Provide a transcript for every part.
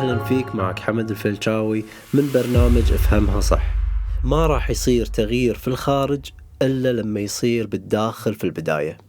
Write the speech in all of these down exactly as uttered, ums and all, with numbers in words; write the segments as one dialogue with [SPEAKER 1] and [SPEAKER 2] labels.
[SPEAKER 1] وسهلا فيك. معك حمد الفلشاوي من برنامج افهمها صح. ما راح يصير تغيير في الخارج إلا لما يصير بالداخل في البداية.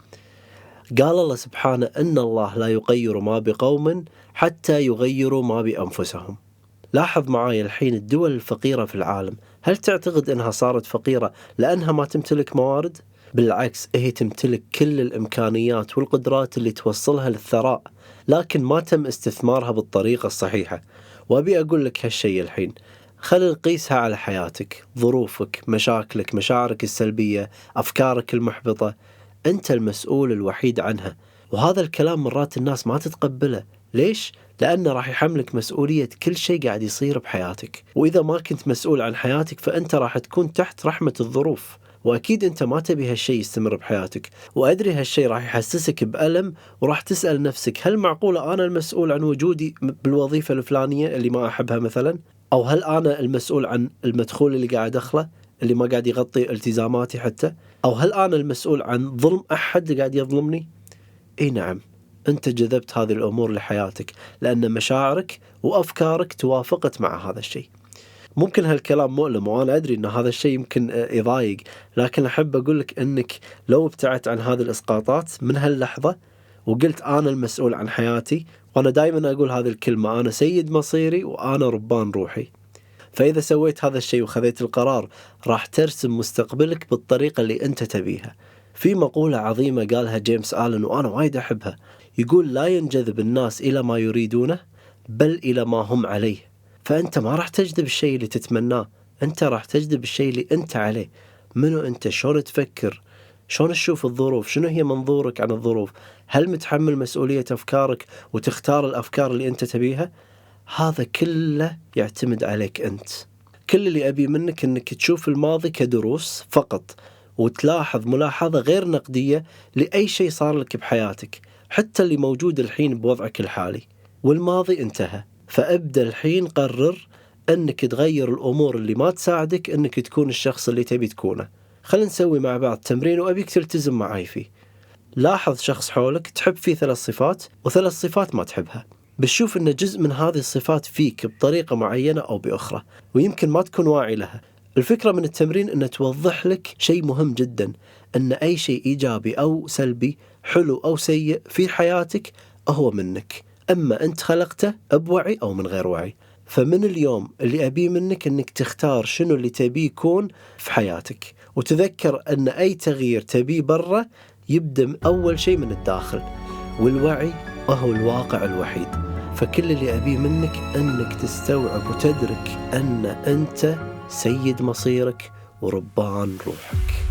[SPEAKER 1] قال الله سبحانه إن الله لا يغير ما بقوم حتى يغيروا ما بأنفسهم. لاحظ معاي الحين الدول الفقيرة في العالم، هل تعتقد أنها صارت فقيرة لأنها ما تمتلك موارد؟ بالعكس، هي تمتلك كل الإمكانيات والقدرات اللي توصلها للثراء، لكن ما تم استثمارها بالطريقة الصحيحة. وأبي أقول لك هالشيء الحين، خلي نقيسها على حياتك، ظروفك، مشاكلك، مشاعرك السلبية، أفكارك المحبطة. أنت المسؤول الوحيد عنها، وهذا الكلام مرات الناس ما تتقبله. ليش؟ لأنه راح يحملك مسؤولية كل شيء قاعد يصير بحياتك، وإذا ما كنت مسؤول عن حياتك فأنت راح تكون تحت رحمة الظروف، وأكيد أنت ما تبي هالشيء يستمر بحياتك. وأدري هالشيء راح يحسسك بألم، وراح تسأل نفسك هل معقولة أنا المسؤول عن وجودي بالوظيفة الفلانية اللي ما أحبها مثلا؟ أو هل أنا المسؤول عن المدخول اللي قاعد أدخله اللي ما قاعد يغطي التزاماتي حتى؟ أو هل أنا المسؤول عن ظلم أحد قاعد يظلمني؟ إيه نعم، أنت جذبت هذه الأمور لحياتك لأن مشاعرك وأفكارك توافقت مع هذا الشيء. ممكن هالكلام مؤلم، وأنا أدري أن هذا الشيء يمكن يضايق، لكن أحب أقولك أنك لو ابتعدت عن هذه الإسقاطات من هاللحظة وقلت أنا المسؤول عن حياتي، وأنا دائما أقول هذه الكلمة، أنا سيد مصيري وأنا ربان روحي. فإذا سويت هذا الشيء وخذيت القرار راح ترسم مستقبلك بالطريقة اللي أنت تبيها. في مقولة عظيمة قالها جيمس آلن وأنا وايد أحبها، يقول لا ينجذب الناس إلى ما يريدونه بل إلى ما هم عليه. فأنت ما راح تجذب الشيء اللي تتمناه، أنت راح تجذب الشيء اللي أنت عليه. منو أنت؟ شلون تفكر؟ شلون تشوف الظروف؟ شنو هي منظورك عن الظروف؟ هل متحمل مسؤولية أفكارك وتختار الأفكار اللي أنت تبيها؟ هذا كله يعتمد عليك أنت. كل اللي أبي منك أنك تشوف الماضي كدروس فقط، وتلاحظ ملاحظة غير نقدية لأي شيء صار لك بحياتك، حتى اللي موجود الحين بوضعك الحالي. والماضي انتهى، فأبدأ الحين قرر أنك تغير الأمور اللي ما تساعدك أنك تكون الشخص اللي تبي تكونه. خلينا نسوي مع بعض تمرين وأبيك تلتزم معاي فيه. لاحظ شخص حولك تحب فيه ثلاث صفات وثلاث صفات ما تحبها، بتشوف أن جزء من هذه الصفات فيك بطريقة معينة أو بأخرى، ويمكن ما تكون واعي لها. الفكرة من التمرين أن توضح لك شيء مهم جدا، أن أي شيء إيجابي أو سلبي، حلو أو سيء في حياتك هو منك، أما أنت خلقته بوعي أو من غير وعي. فمن اليوم اللي أبيه منك أنك تختار شنو اللي تبيه يكون في حياتك، وتذكر أن أي تغيير تبيه برا يبدأ أول شيء من الداخل، والوعي وهو الواقع الوحيد. فكل اللي أبيه منك أنك تستوعب وتدرك أن أنت سيد مصيرك وربان روحك.